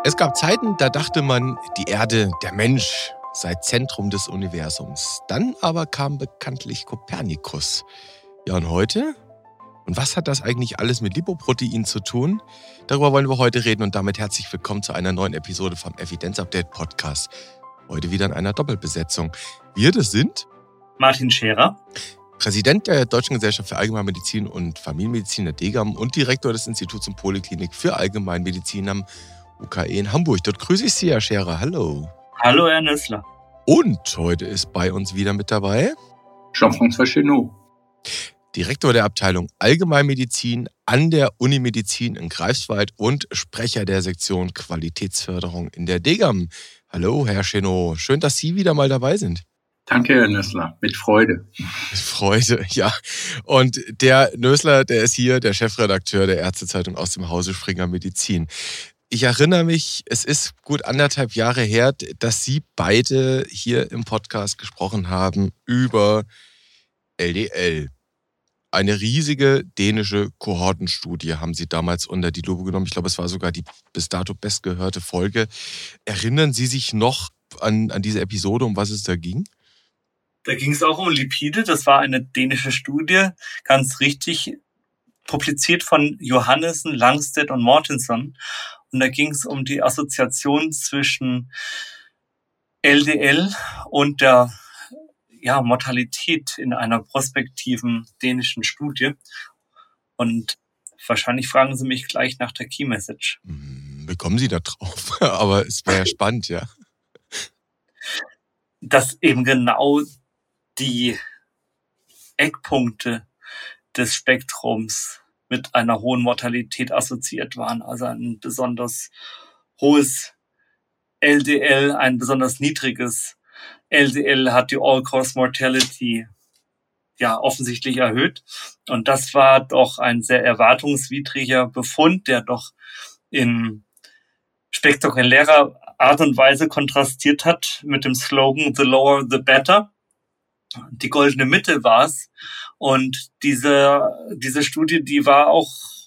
Es gab Zeiten, da dachte man, die Erde, der Mensch, sei Zentrum des Universums. Dann aber kam bekanntlich Kopernikus. Ja, und heute? Und was hat das eigentlich alles mit Lipoprotein zu tun? Darüber wollen wir heute reden und damit herzlich willkommen zu einer neuen Episode vom Evidenz-Update Podcast. Heute wieder in einer Doppelbesetzung. Wir, das sind Martin Scherer, Präsident der Deutschen Gesellschaft für Allgemeinmedizin und Familienmedizin der DGAM und Direktor des Instituts und Poliklinik für Allgemeinmedizin am UKE in Hamburg. Dort grüße ich Sie, Herr Scherer. Hallo. Hallo, Herr Nössler. Und heute ist bei uns wieder mit dabei Jean-François Chenot, Direktor der Abteilung Allgemeinmedizin an der Unimedizin in Greifswald und Sprecher der Sektion Qualitätsförderung in der DGAM. Hallo, Herr Chenot. Schön, dass Sie wieder mal dabei sind. Danke, Herr Nössler. Mit Freude. Mit Freude, ja. Und der Nössler, der ist hier, der Chefredakteur der Ärztezeitung aus dem Hause Springer Medizin. Ich erinnere mich, es ist gut 1,5 Jahre her, dass Sie beide hier im Podcast gesprochen haben über LDL. Eine riesige dänische Kohortenstudie haben Sie damals unter die Lupe genommen. Ich glaube, es war sogar die bis dato bestgehörte Folge. Erinnern Sie sich noch an diese Episode, um was es da ging? Da ging es auch um Lipide. Das war eine dänische Studie, ganz richtig, publiziert von Johannessen, Langstedt und Mortenson. Und da ging es um die Assoziation zwischen LDL und der Mortalität in einer prospektiven dänischen Studie. Und wahrscheinlich fragen Sie mich gleich nach der Key Message. Wie kommen Sie da drauf? Aber es wäre ja spannend, ja. Dass eben genau die Eckpunkte des Spektrums mit einer hohen Mortalität assoziiert waren. Also ein besonders hohes LDL, ein besonders niedriges LDL hat die All-Cause-Mortality offensichtlich erhöht. Und das war doch ein sehr erwartungswidriger Befund, der doch in spektakulärer Art und Weise kontrastiert hat mit dem Slogan "The lower, the better". Die goldene Mitte war es. Und diese Studie, die war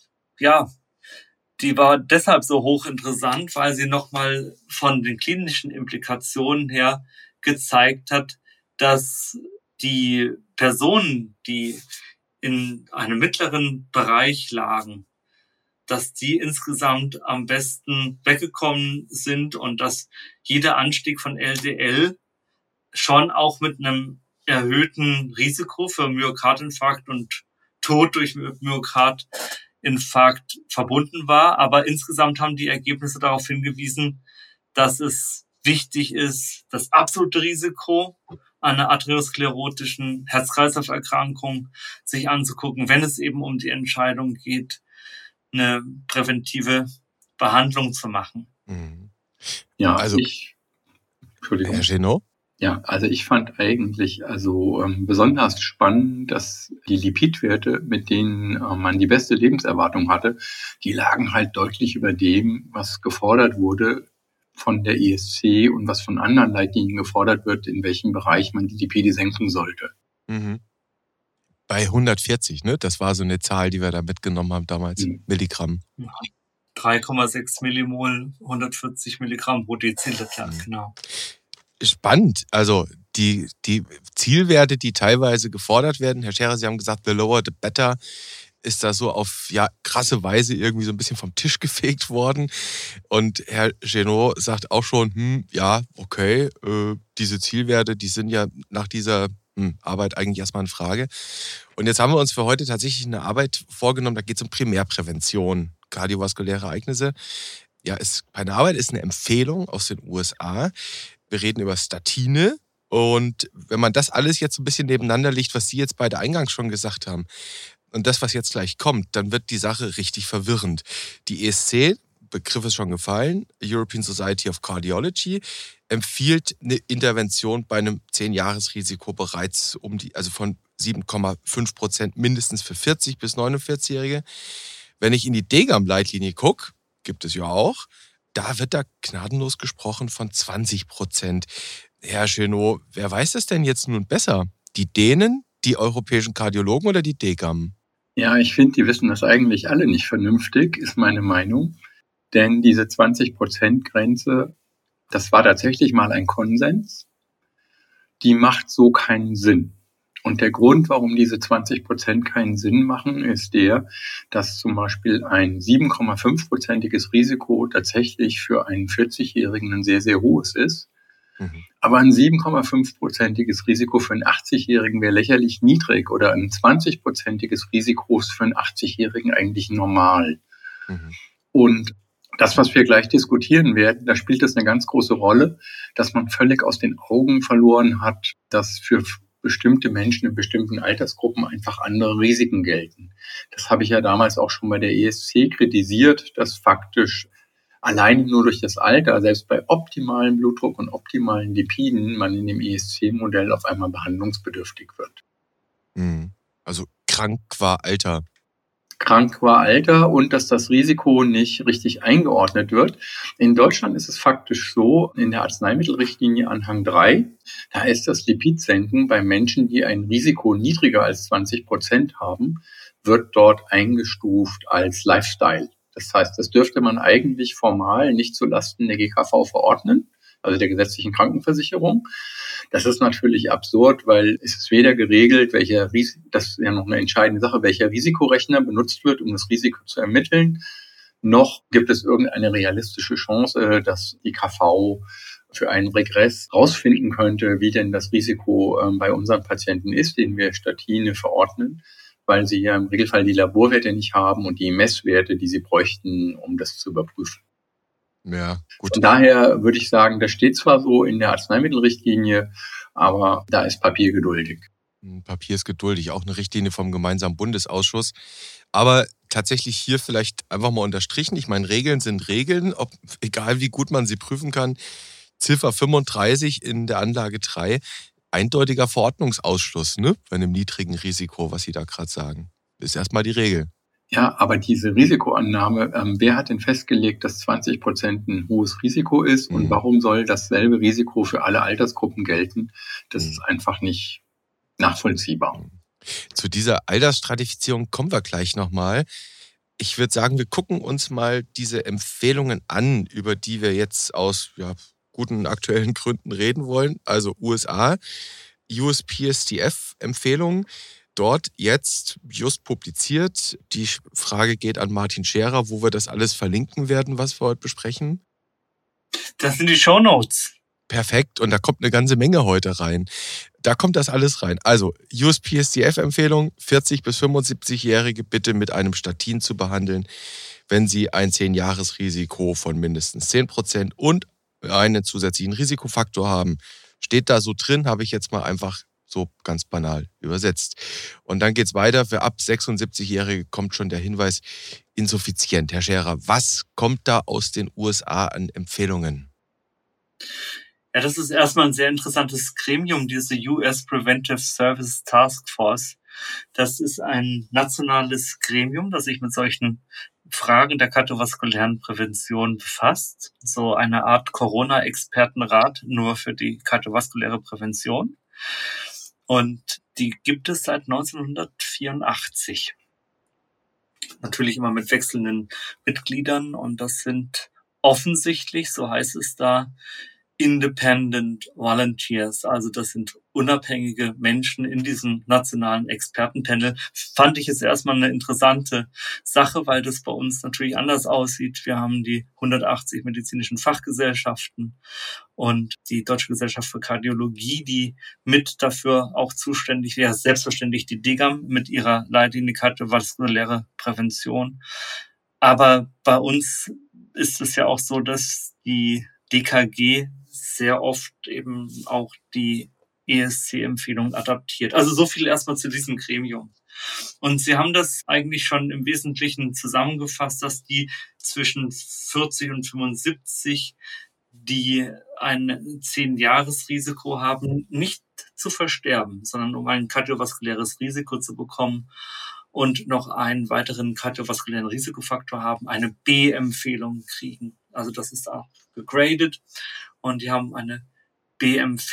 deshalb so hochinteressant, weil sie nochmal von den klinischen Implikationen her gezeigt hat, dass die Personen, die in einem mittleren Bereich lagen, dass die insgesamt am besten weggekommen sind und dass jeder Anstieg von LDL schon auch mit einem erhöhten Risiko für Myokardinfarkt und Tod durch Myokardinfarkt verbunden war. Aber insgesamt haben die Ergebnisse darauf hingewiesen, dass es wichtig ist, das absolute Risiko einer arteriosklerotischen Herz-Kreislauf-Erkrankung sich anzugucken, wenn es eben um die Entscheidung geht, eine präventive Behandlung zu machen. Ja, also Entschuldigung. Herr Chenot? Ja, also ich fand eigentlich besonders spannend, dass die Lipidwerte, mit denen man die beste Lebenserwartung hatte, die lagen halt deutlich über dem, was gefordert wurde von der ESC und was von anderen Leitlinien gefordert wird, in welchem Bereich man die Lipide senken sollte. Mhm. Bei 140, ne? Das war so eine Zahl, die wir da mitgenommen haben damals, Milligramm. 3,6 Millimol, 140 Milligramm pro Deziliter, genau. Spannend. Also die Zielwerte, die teilweise gefordert werden, Herr Scherer, Sie haben gesagt, the lower, the better, ist da so auf krasse Weise irgendwie so ein bisschen vom Tisch gefegt worden. Und Herr Chenot sagt auch schon, okay, diese Zielwerte, die sind ja nach dieser Arbeit eigentlich erstmal eine Frage. Und jetzt haben wir uns für heute tatsächlich eine Arbeit vorgenommen, da geht es um Primärprävention, kardiovaskuläre Ereignisse. Meine Arbeit ist eine Empfehlung aus den USA. Wir reden über Statine. Und wenn man das alles jetzt so ein bisschen nebeneinander legt, was Sie jetzt beide eingangs schon gesagt haben, und das, was jetzt gleich kommt, dann wird die Sache richtig verwirrend. Die ESC, Begriff ist schon gefallen, European Society of Cardiology, empfiehlt eine Intervention bei einem 10-Jahres-Risiko bereits von 7,5% mindestens für 40- bis 49-Jährige. Wenn ich in die DGAM-Leitlinie gucke, gibt es ja auch, da wird da gnadenlos gesprochen von 20%. Herr Chenot, wer weiß das denn jetzt nun besser? Die Dänen, die europäischen Kardiologen oder die DGAM? Ja, ich finde, die wissen das eigentlich alle nicht vernünftig, ist meine Meinung. Denn diese 20%-Grenze, das war tatsächlich mal ein Konsens, die macht so keinen Sinn. Und der Grund, warum diese 20% keinen Sinn machen, ist der, dass zum Beispiel ein 7,5%iges Risiko tatsächlich für einen 40-Jährigen ein sehr, sehr hohes ist. Aber ein 7,5%iges Risiko für einen 80-Jährigen wäre lächerlich niedrig oder ein 20%iges Risiko ist für einen 80-Jährigen eigentlich normal. Und das, was wir gleich diskutieren werden, da spielt es eine ganz große Rolle, dass man völlig aus den Augen verloren hat, dass für bestimmte Menschen in bestimmten Altersgruppen einfach andere Risiken gelten. Das habe ich ja damals auch schon bei der ESC kritisiert, dass faktisch allein nur durch das Alter, selbst bei optimalem Blutdruck und optimalen Lipiden, man in dem ESC-Modell auf einmal behandlungsbedürftig wird. Also krank war Alter. Krank war Alter und dass das Risiko nicht richtig eingeordnet wird. In Deutschland ist es faktisch so, in der Arzneimittelrichtlinie Anhang 3, da ist das Lipidsenken bei Menschen, die ein Risiko niedriger als 20% haben, wird dort eingestuft als Lifestyle. Das heißt, das dürfte man eigentlich formal nicht zulasten der GKV verordnen, also der gesetzlichen Krankenversicherung. Das ist natürlich absurd, weil es ist weder geregelt, das ist ja noch eine entscheidende Sache, welcher Risikorechner benutzt wird, um das Risiko zu ermitteln, noch gibt es irgendeine realistische Chance, dass die KV für einen Regress rausfinden könnte, wie denn das Risiko bei unseren Patienten ist, denen wir Statine verordnen, weil sie ja im Regelfall die Laborwerte nicht haben und die Messwerte, die sie bräuchten, um das zu überprüfen. Ja, gut. Von daher würde ich sagen, das steht zwar so in der Arzneimittelrichtlinie, aber da ist Papier geduldig. Papier ist geduldig, auch eine Richtlinie vom gemeinsamen Bundesausschuss. Aber tatsächlich hier vielleicht einfach mal unterstrichen. Ich meine, Regeln sind Regeln, egal wie gut man sie prüfen kann. Ziffer 35 in der Anlage 3, eindeutiger Verordnungsausschluss, ne? Bei einem niedrigen Risiko, was Sie da gerade sagen. Das ist erstmal die Regel. Ja, aber diese Risikoannahme, wer hat denn festgelegt, dass 20% ein hohes Risiko ist und warum soll dasselbe Risiko für alle Altersgruppen gelten? Das ist einfach nicht nachvollziehbar. Zu dieser Altersstratifizierung kommen wir gleich nochmal. Ich würde sagen, wir gucken uns mal diese Empfehlungen an, über die wir jetzt aus guten aktuellen Gründen reden wollen. Also USA, USPSTF-Empfehlungen. Dort jetzt just publiziert. Die Frage geht an Martin Scherer, wo wir das alles verlinken werden, was wir heute besprechen. Das sind die Shownotes. Perfekt. Und da kommt eine ganze Menge heute rein. Da kommt das alles rein. Also USPSTF-Empfehlung, 40- bis 75-Jährige bitte mit einem Statin zu behandeln, wenn sie ein 10-Jahres-Risiko von mindestens 10% und einen zusätzlichen Risikofaktor haben. Steht da so drin, habe ich jetzt mal einfach so ganz banal übersetzt. Und dann geht's weiter. Für ab 76-Jährige kommt schon der Hinweis insuffizient. Herr Scherer, was kommt da aus den USA an Empfehlungen? Ja, das ist erstmal ein sehr interessantes Gremium, diese US Preventive Service Task Force. Das ist ein nationales Gremium, das sich mit solchen Fragen der kardiovaskulären Prävention befasst. So eine Art Corona-Expertenrat nur für die kardiovaskuläre Prävention. Und die gibt es seit 1984. Natürlich immer mit wechselnden Mitgliedern. Und das sind offensichtlich, so heißt es da, Independent Volunteers, also das sind unabhängige Menschen in diesem nationalen Expertenpanel. Fand ich jetzt erstmal eine interessante Sache, weil das bei uns natürlich anders aussieht. Wir haben die 180 medizinischen Fachgesellschaften und die Deutsche Gesellschaft für Kardiologie, die mit dafür auch zuständig wäre. Selbstverständlich die DGAM mit ihrer Leitlinie kardiovaskuläre Prävention. Aber bei uns ist es ja auch so, dass die DKG sehr oft eben auch die ESC-Empfehlung adaptiert. Also so viel erstmal zu diesem Gremium. Und Sie haben das eigentlich schon im Wesentlichen zusammengefasst, dass die zwischen 40 und 75, die ein 10-Jahres-Risiko haben, nicht zu versterben, sondern um ein kardiovaskuläres Risiko zu bekommen und noch einen weiteren kardiovaskulären Risikofaktor haben, eine B-Empfehlung kriegen. Also das ist auch gegradet und die haben eine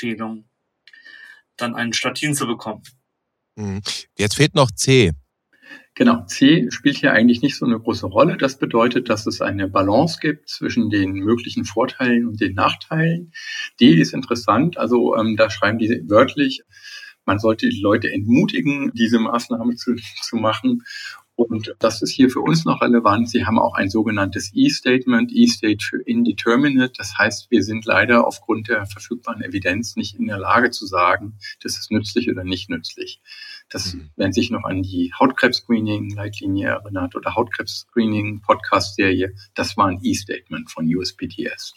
B-Empfehlung, dann einen Statin zu bekommen. Jetzt fehlt noch C. Genau, C spielt hier eigentlich nicht so eine große Rolle. Das bedeutet, dass es eine Balance gibt zwischen den möglichen Vorteilen und den Nachteilen. D ist interessant, also da schreiben die wörtlich, man sollte die Leute entmutigen, diese Maßnahme zu machen. Und das ist hier für uns noch relevant. Sie haben auch ein sogenanntes E-Statement. E steht für Indeterminate. Das heißt, wir sind leider aufgrund der verfügbaren Evidenz nicht in der Lage zu sagen, das ist nützlich oder nicht nützlich. Das, wenn sich noch an die Hautkrebs-Screening-Leitlinie erinnert oder Hautkrebs-Screening-Podcast-Serie, das war ein E-Statement von USPTS.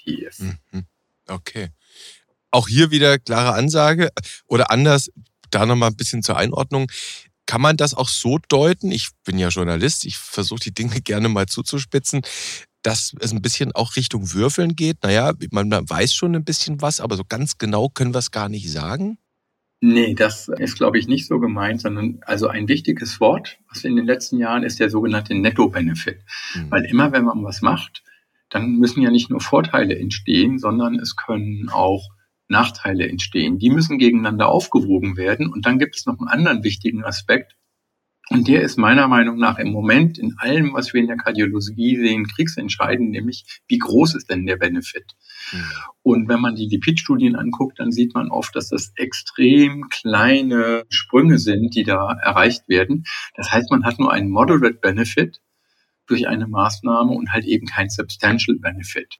Okay. Auch hier wieder klare Ansage oder anders, da nochmal ein bisschen zur Einordnung. Kann man das auch so deuten, ich bin ja Journalist, ich versuche die Dinge gerne mal zuzuspitzen, dass es ein bisschen auch Richtung Würfeln geht? Naja, man weiß schon ein bisschen was, aber so ganz genau können wir es gar nicht sagen? Nee, das ist, glaube ich, nicht so gemeint, sondern also ein wichtiges Wort, was in den letzten Jahren ist der sogenannte Netto-Benefit. Weil immer, wenn man was macht, dann müssen ja nicht nur Vorteile entstehen, sondern es können auch Nachteile entstehen. Die müssen gegeneinander aufgewogen werden. Und dann gibt es noch einen anderen wichtigen Aspekt. Und der ist meiner Meinung nach im Moment in allem, was wir in der Kardiologie sehen, kriegsentscheidend, nämlich wie groß ist denn der Benefit? Und wenn man die Lipidstudien anguckt, dann sieht man oft, dass das extrem kleine Sprünge sind, die da erreicht werden. Das heißt, man hat nur einen Moderate Benefit durch eine Maßnahme und halt eben kein Substantial Benefit.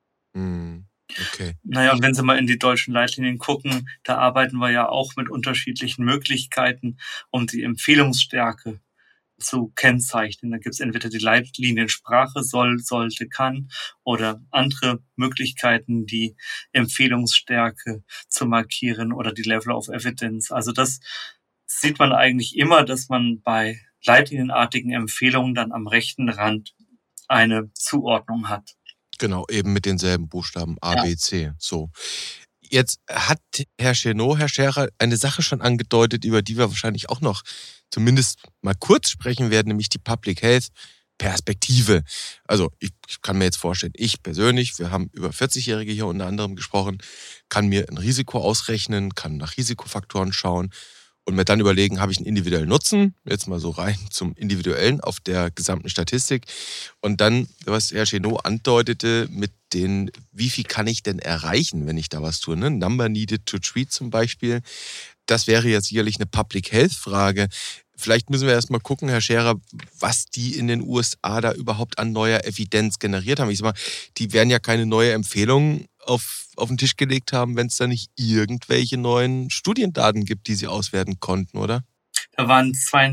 Okay. Naja, und wenn Sie mal in die deutschen Leitlinien gucken, da arbeiten wir ja auch mit unterschiedlichen Möglichkeiten, um die Empfehlungsstärke zu kennzeichnen. Da gibt es entweder die Leitliniensprache soll, sollte, kann oder andere Möglichkeiten, die Empfehlungsstärke zu markieren oder die Level of Evidence. Also das sieht man eigentlich immer, dass man bei leitlinienartigen Empfehlungen dann am rechten Rand eine Zuordnung hat. Genau, eben mit denselben Buchstaben A, B, C. So. Jetzt hat Herr Chenot, Herr Scherer, eine Sache schon angedeutet, über die wir wahrscheinlich auch noch zumindest mal kurz sprechen werden, nämlich die Public Health Perspektive. Also ich kann mir jetzt vorstellen, ich persönlich, wir haben über 40-Jährige hier unter anderem gesprochen, kann mir ein Risiko ausrechnen, kann nach Risikofaktoren schauen und mir dann überlegen, habe ich einen individuellen Nutzen, jetzt mal so rein zum Individuellen auf der gesamten Statistik. Und dann, was Herr Chenot andeutete, mit den, wie viel kann ich denn erreichen, wenn ich da was tue, ne? Number needed to treat zum Beispiel. Das wäre jetzt sicherlich eine Public Health Frage. Vielleicht müssen wir erst mal gucken, Herr Scherer, was die in den USA da überhaupt an neuer Evidenz generiert haben. Ich sag mal, die werden ja keine neue Empfehlung auf den Tisch gelegt haben, wenn es da nicht irgendwelche neuen Studiendaten gibt, die sie auswerten konnten, oder? Da waren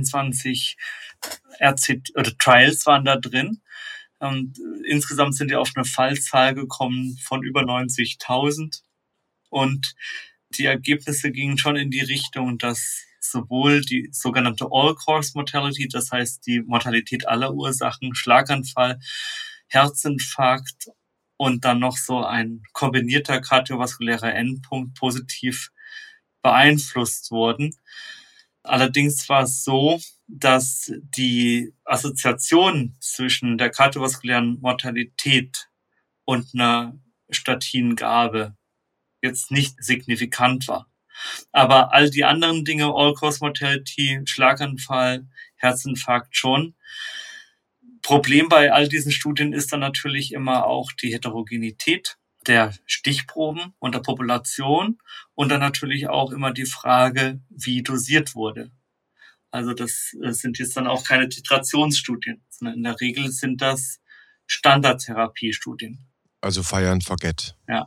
22 Trials waren da drin. Und insgesamt sind die auf eine Fallzahl gekommen von über 90.000. Und die Ergebnisse gingen schon in die Richtung, dass sowohl die sogenannte All-Cause-Mortality, das heißt die Mortalität aller Ursachen, Schlaganfall, Herzinfarkt und dann noch so ein kombinierter kardiovaskulärer Endpunkt positiv beeinflusst wurden. Allerdings war es so, dass die Assoziation zwischen der kardiovaskulären Mortalität und einer Statingabe jetzt nicht signifikant war. Aber all die anderen Dinge, All-Cause-Mortality, Schlaganfall, Herzinfarkt schon. Problem bei all diesen Studien ist dann natürlich immer auch die Heterogenität der Stichproben und der Population und dann natürlich auch immer die Frage, wie dosiert wurde. Also das sind jetzt dann auch keine Titrationsstudien, sondern in der Regel sind das Standardtherapiestudien. Also fire and forget. Ja.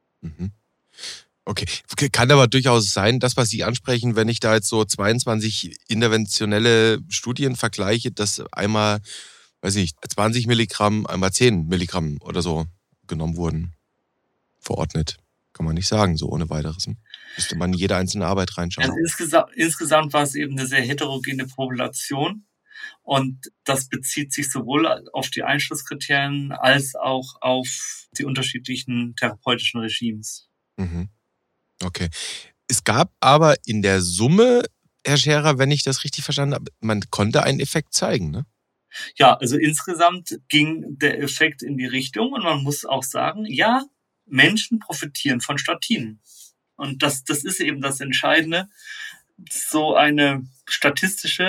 Okay, kann aber durchaus sein, das, was Sie ansprechen, wenn ich da jetzt so 22 interventionelle Studien vergleiche, dass einmal, weiß nicht, 20 Milligramm, einmal 10 Milligramm oder so genommen wurden, verordnet. Kann man nicht sagen, so ohne weiteres. Müsste man in jede einzelne Arbeit reinschauen. Also insgesamt war es eben eine sehr heterogene Population und das bezieht sich sowohl auf die Einschlusskriterien als auch auf die unterschiedlichen therapeutischen Regimes. Okay. Es gab aber in der Summe, Herr Scherer, wenn ich das richtig verstanden habe, man konnte einen Effekt zeigen, ne? Ja, also insgesamt ging der Effekt in die Richtung und man muss auch sagen, ja, Menschen profitieren von Statinen. Und das ist eben das Entscheidende. So eine statistische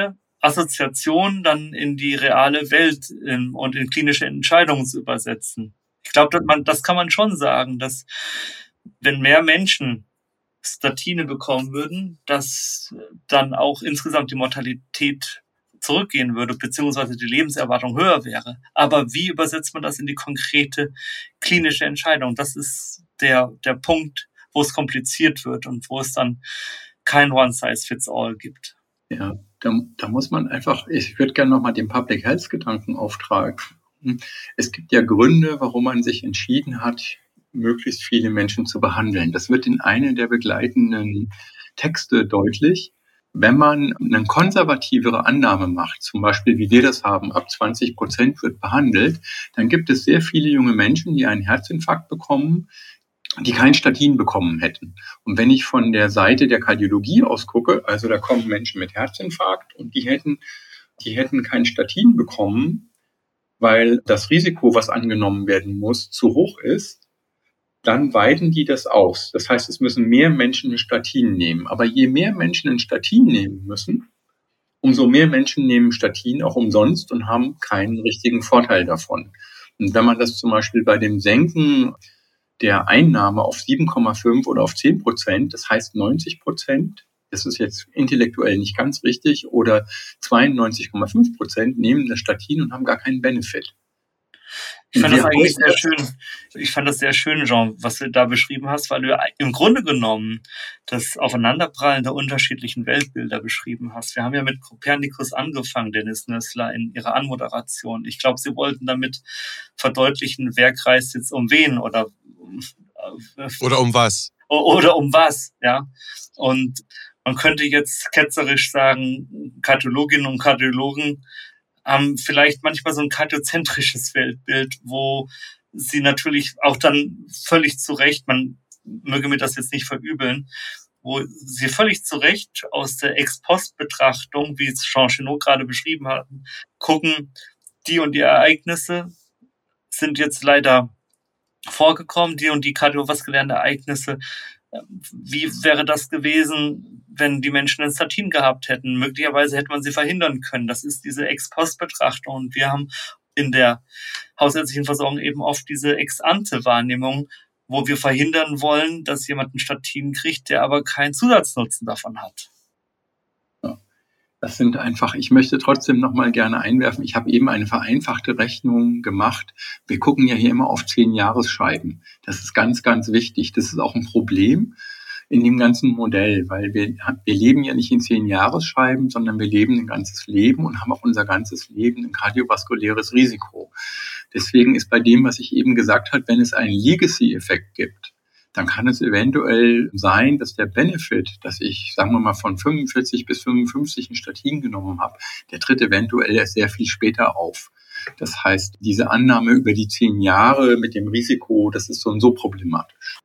Assoziation dann in die reale Welt und in klinische Entscheidungen zu übersetzen. Ich glaube, das kann man schon sagen, dass wenn mehr Menschen Statine bekommen würden, dass dann auch insgesamt die Mortalität zurückgehen würde, beziehungsweise die Lebenserwartung höher wäre. Aber wie übersetzt man das in die konkrete klinische Entscheidung? Das ist der Punkt, wo es kompliziert wird und wo es dann kein One-Size-Fits-All gibt. Ja, da muss man einfach, ich würde gerne nochmal den Public Health-Gedanken auftragen. Es gibt ja Gründe, warum man sich entschieden hat, möglichst viele Menschen zu behandeln. Das wird in einem der begleitenden Texte deutlich. Wenn man eine konservativere Annahme macht, zum Beispiel wie wir das haben, ab 20% wird behandelt, dann gibt es sehr viele junge Menschen, die einen Herzinfarkt bekommen, die kein Statin bekommen hätten. Und wenn ich von der Seite der Kardiologie aus gucke, also da kommen Menschen mit Herzinfarkt und die hätten kein Statin bekommen, weil das Risiko, was angenommen werden muss, zu hoch ist, dann weiten die das aus. Das heißt, es müssen mehr Menschen ein Statin nehmen. Aber je mehr Menschen ein Statin nehmen müssen, umso mehr Menschen nehmen Statin auch umsonst und haben keinen richtigen Vorteil davon. Und wenn man das zum Beispiel bei dem Senken der Einnahme auf 7,5 oder auf 10%, das heißt 90%, das ist jetzt intellektuell nicht ganz richtig, oder 92,5% nehmen das Statin und haben gar keinen Benefit. Ich fand das eigentlich sehr schön. Ich fand das sehr schön, Jean, was du da beschrieben hast, weil du im Grunde genommen das Aufeinanderprallen der unterschiedlichen Weltbilder beschrieben hast. Wir haben ja mit Kopernikus angefangen, Dennis Nössler, in ihrer Anmoderation. Ich glaube, sie wollten damit verdeutlichen, wer kreist jetzt um wen oder um was. Oder um was, ja. Und man könnte jetzt ketzerisch sagen, Kardiologinnen und Kardiologen haben vielleicht manchmal so ein kardiozentrisches Weltbild, wo sie natürlich auch dann völlig zu Recht, man möge mir das jetzt nicht verübeln, wo sie völlig zu Recht aus der Ex-Post-Betrachtung, wie es Jean Chenot gerade beschrieben hat, gucken, die und die Ereignisse sind jetzt leider vorgekommen, die und die kardiovaskulären Ereignisse. Wie wäre das gewesen, wenn die Menschen ein Statin gehabt hätten? Möglicherweise hätte man sie verhindern können. Das ist diese Ex-Post-Betrachtung. Und wir haben in der hausärztlichen Versorgung eben oft diese Ex-Ante-Wahrnehmung, wo wir verhindern wollen, dass jemand ein Statin kriegt, der aber keinen Zusatznutzen davon hat. Das sind einfach, ich möchte trotzdem noch mal gerne einwerfen, ich habe eben eine vereinfachte Rechnung gemacht. Wir gucken ja hier immer auf 10-Jahresscheiben. Das ist ganz, ganz wichtig. Das ist auch ein Problem in dem ganzen Modell, weil wir leben ja nicht in 10-Jahresscheiben, sondern wir leben ein ganzes Leben und haben auch unser ganzes Leben ein kardiovaskuläres Risiko. Deswegen ist bei dem, was ich eben gesagt habe, wenn es einen Legacy-Effekt gibt, dann kann es eventuell sein, dass der Benefit, dass ich, sagen wir mal, von 45 bis 55 ein Statin genommen habe, der tritt eventuell erst sehr viel später auf. Das heißt, diese Annahme über die 10 Jahre mit dem Risiko, das ist so und so problematisch.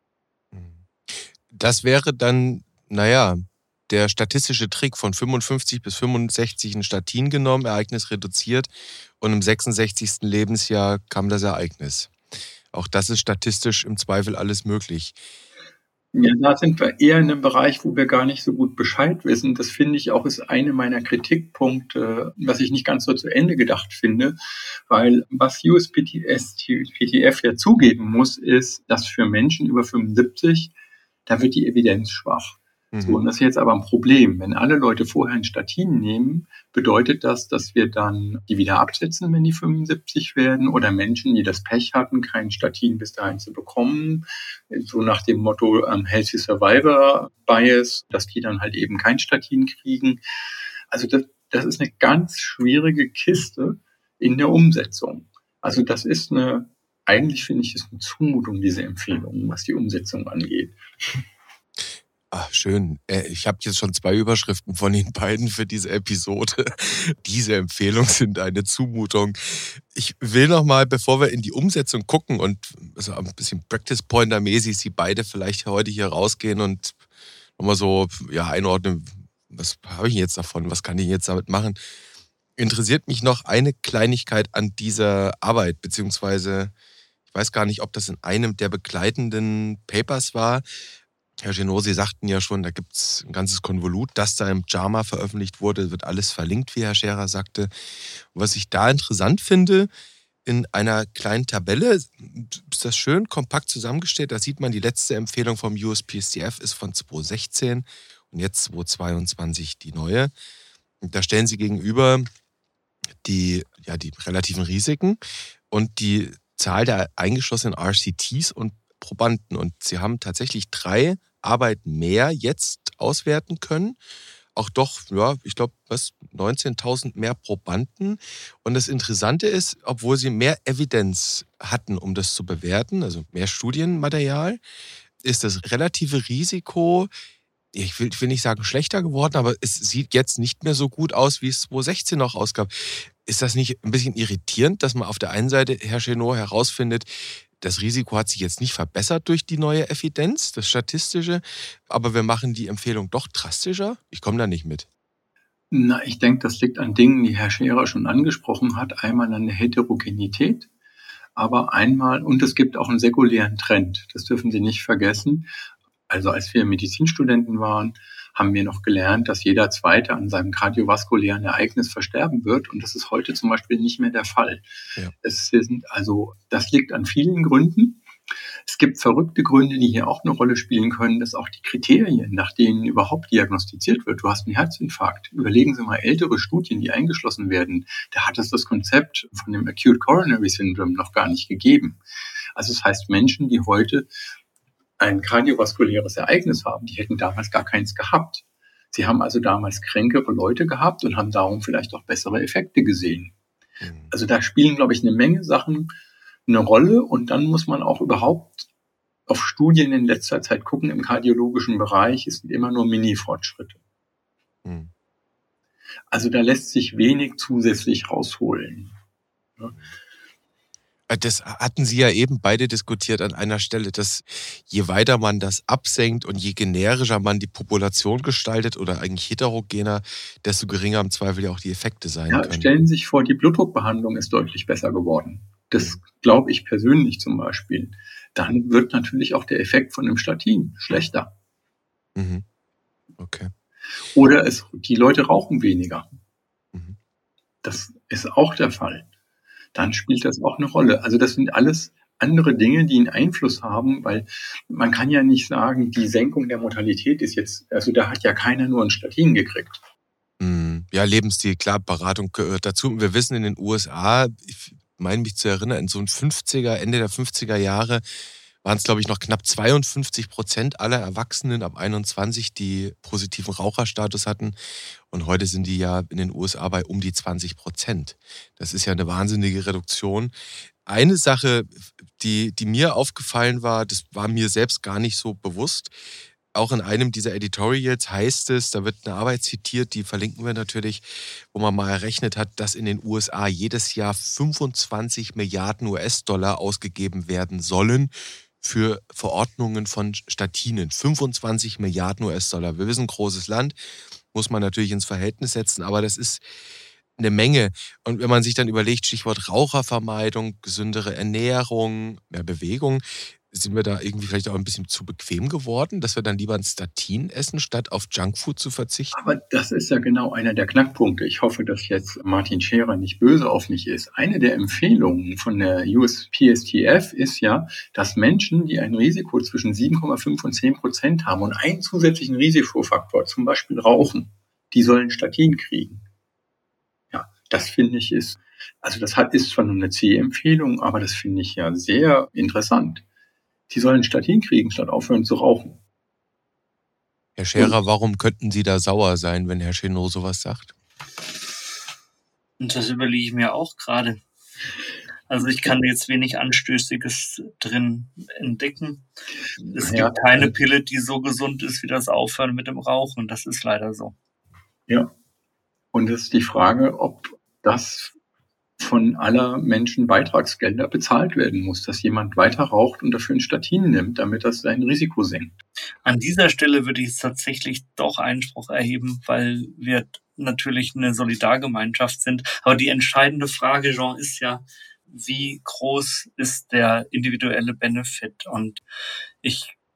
Das wäre dann, der statistische Trick von 55 bis 65 ein Statin genommen, Ereignis reduziert und im 66. Lebensjahr kam das Ereignis. Auch das ist statistisch im Zweifel alles möglich. Ja, da sind wir eher in einem Bereich, wo wir gar nicht so gut Bescheid wissen. Das finde ich auch ist eine meiner Kritikpunkte, was ich nicht ganz so zu Ende gedacht finde, weil was USPSTF ja zugeben muss, ist, dass für Menschen über 75, da wird die Evidenz schwach. So, und das ist jetzt aber ein Problem. Wenn alle Leute vorher ein Statin nehmen, bedeutet das, dass wir dann die wieder absetzen, wenn die 75 werden, oder Menschen, die das Pech hatten, kein Statin bis dahin zu bekommen, so nach dem Motto Healthy Survivor Bias, dass die dann halt eben kein Statin kriegen. Also das ist eine ganz schwierige Kiste in der Umsetzung. Also das ist eigentlich finde ich, ist eine Zumutung, diese Empfehlung, was die Umsetzung angeht. Ach, schön. Ich habe jetzt schon 2 Überschriften von den beiden für diese Episode. Diese Empfehlungen sind eine Zumutung. Ich will noch mal, bevor wir in die Umsetzung gucken und so ein bisschen Practice-Pointer-mäßig Sie beide vielleicht heute hier rausgehen und nochmal so einordnen, was habe ich jetzt davon, was kann ich jetzt damit machen, interessiert mich noch eine Kleinigkeit an dieser Arbeit, beziehungsweise ich weiß gar nicht, ob das in einem der begleitenden Papers war. Herr Genot, Sie sagten ja schon, da gibt es ein ganzes Konvolut, das da im JAMA veröffentlicht wurde, wird alles verlinkt, wie Herr Scherer sagte. Was ich da interessant finde, in einer kleinen Tabelle ist das schön kompakt zusammengestellt. Da sieht man, die letzte Empfehlung vom USPSTF ist von 2016 und jetzt 2022 die neue. Und da stellen Sie gegenüber die relativen Risiken und die Zahl der eingeschlossenen RCTs und Probanden. Und Sie haben tatsächlich 3 Arbeiten mehr jetzt auswerten können. Auch doch, ja, ich glaube, 19.000 mehr Probanden. Und das Interessante ist, obwohl sie mehr Evidenz hatten, um das zu bewerten, also mehr Studienmaterial, ist das relative Risiko, ich will nicht sagen schlechter geworden, aber es sieht jetzt nicht mehr so gut aus, wie es 2016 noch ausgab. Ist das nicht ein bisschen irritierend, dass man auf der einen Seite, Herr Genot, herausfindet, das Risiko hat sich jetzt nicht verbessert durch die neue Evidenz, das Statistische, aber wir machen die Empfehlung doch drastischer? Ich komme da nicht mit. Na, ich denke, das liegt an Dingen, die Herr Scherer schon angesprochen hat. Einmal an der Heterogenität, aber und es gibt auch einen säkulären Trend. Das dürfen Sie nicht vergessen. Also als wir Medizinstudenten waren, haben wir noch gelernt, dass jeder Zweite an seinem kardiovaskulären Ereignis versterben wird. Und das ist heute zum Beispiel nicht mehr der Fall. Ja. Das liegt an vielen Gründen. Es gibt verrückte Gründe, die hier auch eine Rolle spielen können, dass auch die Kriterien, nach denen überhaupt diagnostiziert wird. Du hast einen Herzinfarkt. Überlegen Sie mal ältere Studien, die eingeschlossen werden. Da hat es das Konzept von dem Acute Coronary Syndrome noch gar nicht gegeben. Also das heißt, Menschen, die heute ein kardiovaskuläres Ereignis haben, die hätten damals gar keins gehabt. Sie haben also damals kränkere Leute gehabt und haben darum vielleicht auch bessere Effekte gesehen. Also da spielen, glaube ich, eine Menge Sachen eine Rolle und dann muss man auch überhaupt auf Studien in letzter Zeit gucken. Im kardiologischen Bereich sind immer nur Mini-Fortschritte. Also da lässt sich wenig zusätzlich rausholen. Ja. Das hatten Sie ja eben beide diskutiert an einer Stelle, dass je weiter man das absenkt und je generischer man die Population gestaltet oder eigentlich heterogener, desto geringer im Zweifel ja auch die Effekte sein können. Stellen Sie sich vor, die Blutdruckbehandlung ist deutlich besser geworden. Das glaube ich persönlich zum Beispiel. Dann wird natürlich auch der Effekt von einem Statin schlechter. Okay. Oder die Leute rauchen weniger. Das ist auch der Fall. Dann spielt das auch eine Rolle. Also das sind alles andere Dinge, die einen Einfluss haben, weil man kann ja nicht sagen, die Senkung der Mortalität ist jetzt, also da hat ja keiner nur ein Statin gekriegt. Ja, Lebensstil, klar, Beratung gehört dazu. Wir wissen in den USA, ich meine mich zu erinnern, in so Ende der 50er Jahre waren es, glaube ich, noch knapp 52% aller Erwachsenen ab 21, die positiven Raucherstatus hatten. Und heute sind die ja in den USA bei um die 20%. Das ist ja eine wahnsinnige Reduktion. Eine Sache, die mir aufgefallen war, das war mir selbst gar nicht so bewusst. Auch in einem dieser Editorials heißt es, da wird eine Arbeit zitiert, die verlinken wir natürlich, wo man mal errechnet hat, dass in den USA jedes Jahr 25 Milliarden US-Dollar ausgegeben werden sollen für Verordnungen von Statinen. 25 Milliarden US-Dollar. Wir wissen, großes Land, muss man natürlich ins Verhältnis setzen, aber das ist eine Menge. Und wenn man sich dann überlegt, Stichwort Rauchervermeidung, gesündere Ernährung, mehr Bewegung, sind wir da irgendwie vielleicht auch ein bisschen zu bequem geworden, dass wir dann lieber ein Statin essen, statt auf Junkfood zu verzichten? Aber das ist ja genau einer der Knackpunkte. Ich hoffe, dass jetzt Martin Scherer nicht böse auf mich ist. Eine der Empfehlungen von der USPSTF ist ja, dass Menschen, die ein Risiko zwischen 7,5 und 10% haben und einen zusätzlichen Risikofaktor, zum Beispiel Rauchen, die sollen Statin kriegen. Ja, das finde ich ist zwar nur eine C-Empfehlung, aber das finde ich ja sehr interessant. Die sollen Statin kriegen, statt aufhören zu rauchen. Herr Scherer, warum könnten Sie da sauer sein, wenn Herr Genot sowas sagt? Und das überlege ich mir auch gerade. Also ich kann jetzt wenig Anstößiges drin entdecken. Es gibt keine Pille, die so gesund ist wie das Aufhören mit dem Rauchen. Das ist leider so. Ja. Und es ist die Frage, ob das von aller Menschen Beitragsgelder bezahlt werden muss, dass jemand weiter raucht und dafür ein Statin nimmt, damit das sein Risiko senkt. An dieser Stelle würde ich tatsächlich doch Einspruch erheben, weil wir natürlich eine Solidargemeinschaft sind. Aber die entscheidende Frage, Jean, ist ja, wie groß ist der individuelle Benefit? Und ich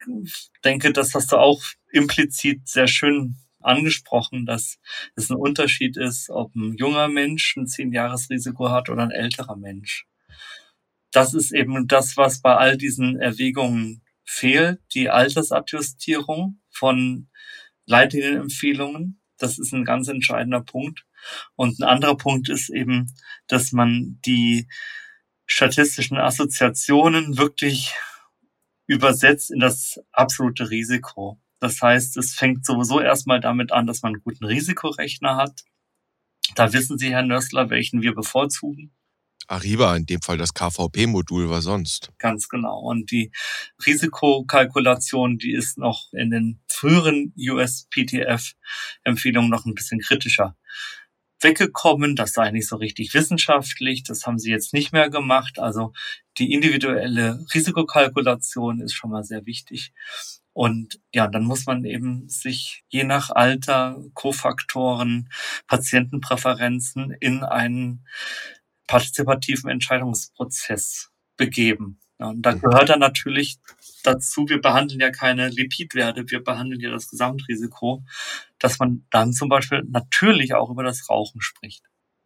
denke, das hast du auch implizit sehr schön angesprochen, dass es ein Unterschied ist, ob ein junger Mensch ein 10-Jahres-Risiko hat oder ein älterer Mensch. Das ist eben das, was bei all diesen Erwägungen fehlt, die Altersadjustierung von Leitlinienempfehlungen. Das ist ein ganz entscheidender Punkt. Und ein anderer Punkt ist eben, dass man die statistischen Assoziationen wirklich übersetzt in das absolute Risiko. Das heißt, es fängt sowieso erstmal damit an, dass man einen guten Risikorechner hat. Da wissen Sie, Herr Nössler, welchen wir bevorzugen. Ariba, in dem Fall das KVP-Modul, was sonst? Ganz genau. Und die Risikokalkulation, die ist noch in den früheren USPTF-Empfehlungen noch ein bisschen kritischer weggekommen. Das sei nicht so richtig wissenschaftlich. Das haben sie jetzt nicht mehr gemacht. Also die individuelle Risikokalkulation ist schon mal sehr wichtig. Und ja, dann muss man eben sich je nach Alter, Kofaktoren, Patientenpräferenzen in einen partizipativen Entscheidungsprozess begeben. Ja, und da gehört dann natürlich dazu, wir behandeln ja keine Lipidwerte, wir behandeln ja das Gesamtrisiko, dass man dann zum Beispiel natürlich auch über das Rauchen spricht.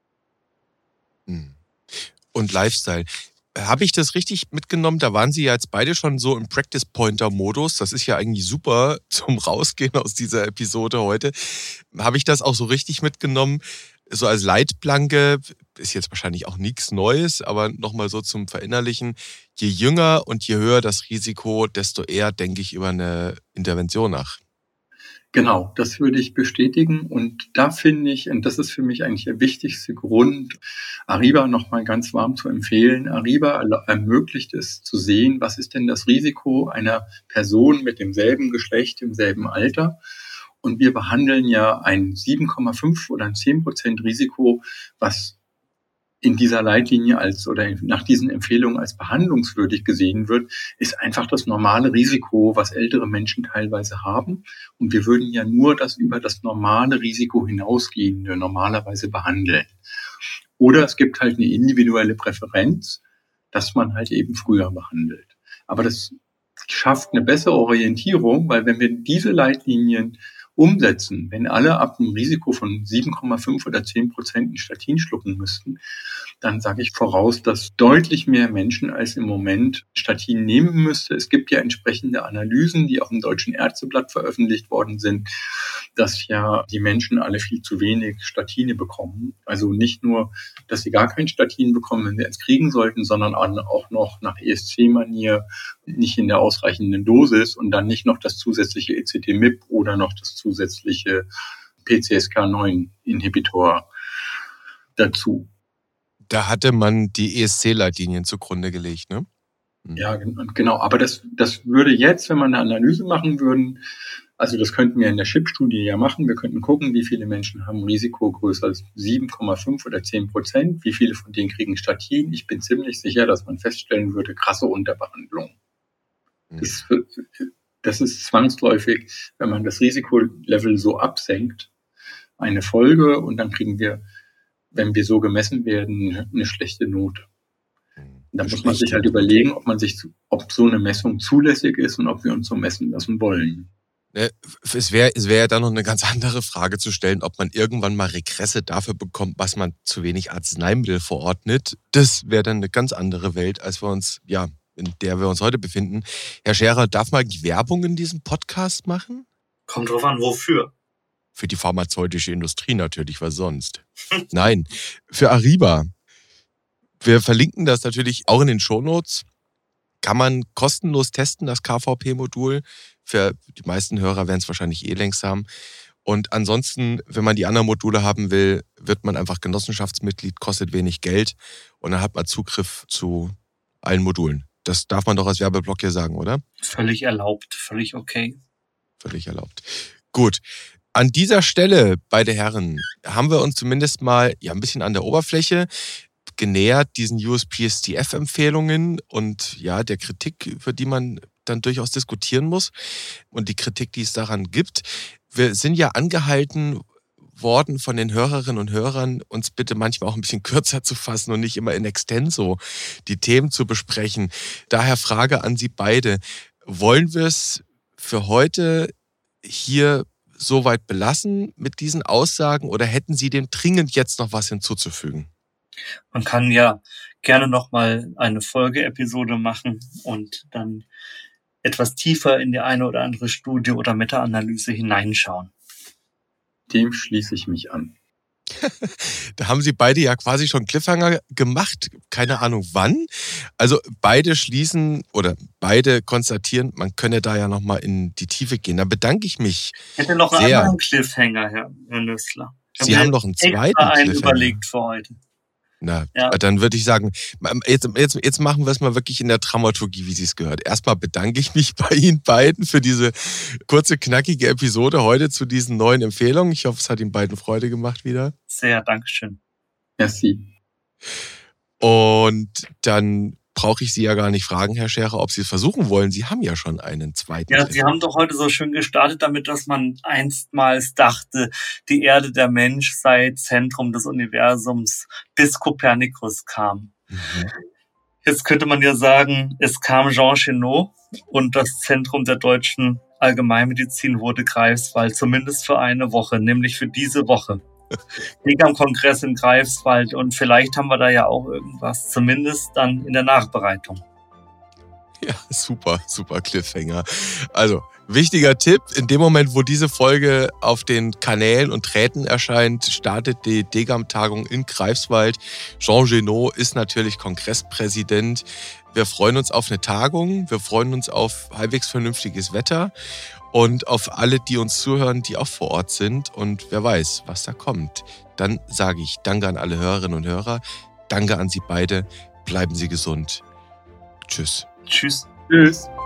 Und Lifestyle. Habe ich das richtig mitgenommen? Da waren Sie ja jetzt beide schon so im Practice-Pointer-Modus. Das ist ja eigentlich super zum Rausgehen aus dieser Episode heute. Habe ich das auch so richtig mitgenommen? So als Leitplanke, ist jetzt wahrscheinlich auch nichts Neues, aber nochmal so zum Verinnerlichen. Je jünger und je höher das Risiko, desto eher denke ich über eine Intervention nach. Genau, das würde ich bestätigen. Und da finde ich, und das ist für mich eigentlich der wichtigste Grund, Ariba nochmal ganz warm zu empfehlen. Ariba ermöglicht es zu sehen, was ist denn das Risiko einer Person mit demselben Geschlecht, demselben Alter. Und wir behandeln ja ein 7,5 oder ein 10% Risiko, was in dieser Leitlinie oder nach diesen Empfehlungen als behandlungswürdig gesehen wird, ist einfach das normale Risiko, was ältere Menschen teilweise haben. Und wir würden ja nur das über das normale Risiko hinausgehende normalerweise behandeln. Oder es gibt halt eine individuelle Präferenz, dass man halt eben früher behandelt. Aber das schafft eine bessere Orientierung, weil wenn wir diese Leitlinien umsetzen, wenn alle ab einem Risiko von 7,5 oder 10% ein Statin schlucken müssten, dann sage ich voraus, dass deutlich mehr Menschen als im Moment Statin nehmen müsste. Es gibt ja entsprechende Analysen, die auch im Deutschen Ärzteblatt veröffentlicht worden sind, dass ja die Menschen alle viel zu wenig Statine bekommen. Also nicht nur, dass sie gar kein Statin bekommen, wenn sie es kriegen sollten, sondern auch noch nach ESC-Manier nicht in der ausreichenden Dosis und dann nicht noch das zusätzliche ECT-MIP oder noch das zusätzliche PCSK9-Inhibitor dazu. Da hatte man die ESC-Leitlinien zugrunde gelegt, ne? Ja, genau. Aber das würde jetzt, wenn wir eine Analyse machen würden, also das könnten wir in der CHIP-Studie ja machen. Wir könnten gucken, wie viele Menschen haben Risiko größer als 7,5 oder 10%. Wie viele von denen kriegen Statin? Ich bin ziemlich sicher, dass man feststellen würde, krasse Unterbehandlung. Das ist zwangsläufig, wenn man das Risikolevel so absenkt, eine Folge und dann kriegen wir, wenn wir so gemessen werden, eine schlechte Note. Da muss man sich halt überlegen, ob so eine Messung zulässig ist und ob wir uns so messen lassen wollen. Es wäre ja dann noch eine ganz andere Frage zu stellen, ob man irgendwann mal Regresse dafür bekommt, was man zu wenig Arzneimittel verordnet. Das wäre dann eine ganz andere Welt, als wir uns, in der wir uns heute befinden. Herr Scherer, darf man Werbung in diesem Podcast machen? Kommt drauf an, wofür? Für die pharmazeutische Industrie natürlich, was sonst? Nein, für Ariba. Wir verlinken das natürlich auch in den Shownotes. Kann man kostenlos testen, das KVP-Modul. Für die meisten Hörer werden es wahrscheinlich längst haben. Und ansonsten, wenn man die anderen Module haben will, wird man einfach Genossenschaftsmitglied, kostet wenig Geld und dann hat man Zugriff zu allen Modulen. Das darf man doch als Werbeblock hier sagen, oder? Völlig erlaubt, völlig okay. Völlig erlaubt. Gut. An dieser Stelle, beide Herren, haben wir uns zumindest mal ein bisschen an der Oberfläche genähert, diesen USPSTF-Empfehlungen und der Kritik, über die man dann durchaus diskutieren muss und die Kritik, die es daran gibt. Wir sind ja angehalten worden von den Hörerinnen und Hörern, uns bitte manchmal auch ein bisschen kürzer zu fassen und nicht immer in extenso die Themen zu besprechen. Daher Frage an Sie beide. Wollen wir es für heute hier soweit belassen mit diesen Aussagen oder hätten Sie dem dringend jetzt noch was hinzuzufügen? Man kann ja gerne nochmal eine Folgeepisode machen und dann etwas tiefer in die eine oder andere Studie oder Meta-Analyse hineinschauen. Dem schließe ich mich an. Da haben Sie beide ja quasi schon Cliffhanger gemacht. Keine Ahnung wann. Also beide schließen oder beide konstatieren, man könne da ja nochmal in die Tiefe gehen. Da bedanke ich mich. Ich hätte noch sehr. einen anderen Cliffhanger, Herr Nüssler. Sie haben noch einen zweiten Cliffhanger überlegt für heute. Na, ja. Dann würde ich sagen, jetzt machen wir es mal wirklich in der Dramaturgie, wie Sie es gehört. Erstmal bedanke ich mich bei Ihnen beiden für diese kurze, knackige Episode heute zu diesen neuen Empfehlungen. Ich hoffe, es hat Ihnen beiden Freude gemacht wieder. Sehr, Dankeschön. Merci. Und dann brauche ich Sie ja gar nicht fragen, Herr Scherer, ob Sie es versuchen wollen. Sie haben ja schon einen zweiten. Ja, Sie haben doch heute so schön gestartet damit, dass man einstmals dachte, die Erde, der Mensch sei Zentrum des Universums, bis Kopernikus kam. Mhm. Jetzt könnte man ja sagen, es kam Jean Chénault und das Zentrum der deutschen Allgemeinmedizin wurde Greifswald, zumindest für eine Woche, nämlich für diese Woche. Degam-Kongress in Greifswald und vielleicht haben wir da ja auch irgendwas, zumindest dann in der Nachbereitung. Ja, super Cliffhanger. Also, wichtiger Tipp, in dem Moment, wo diese Folge auf den Kanälen und Drähten erscheint, startet die Degam-Tagung in Greifswald. Jean Chénault ist natürlich Kongresspräsident. Wir freuen uns auf eine Tagung, wir freuen uns auf halbwegs vernünftiges Wetter und auf alle, die uns zuhören, die auch vor Ort sind. Und wer weiß, was da kommt. Dann sage ich Danke an alle Hörerinnen und Hörer. Danke an Sie beide. Bleiben Sie gesund. Tschüss. Tschüss. Tschüss.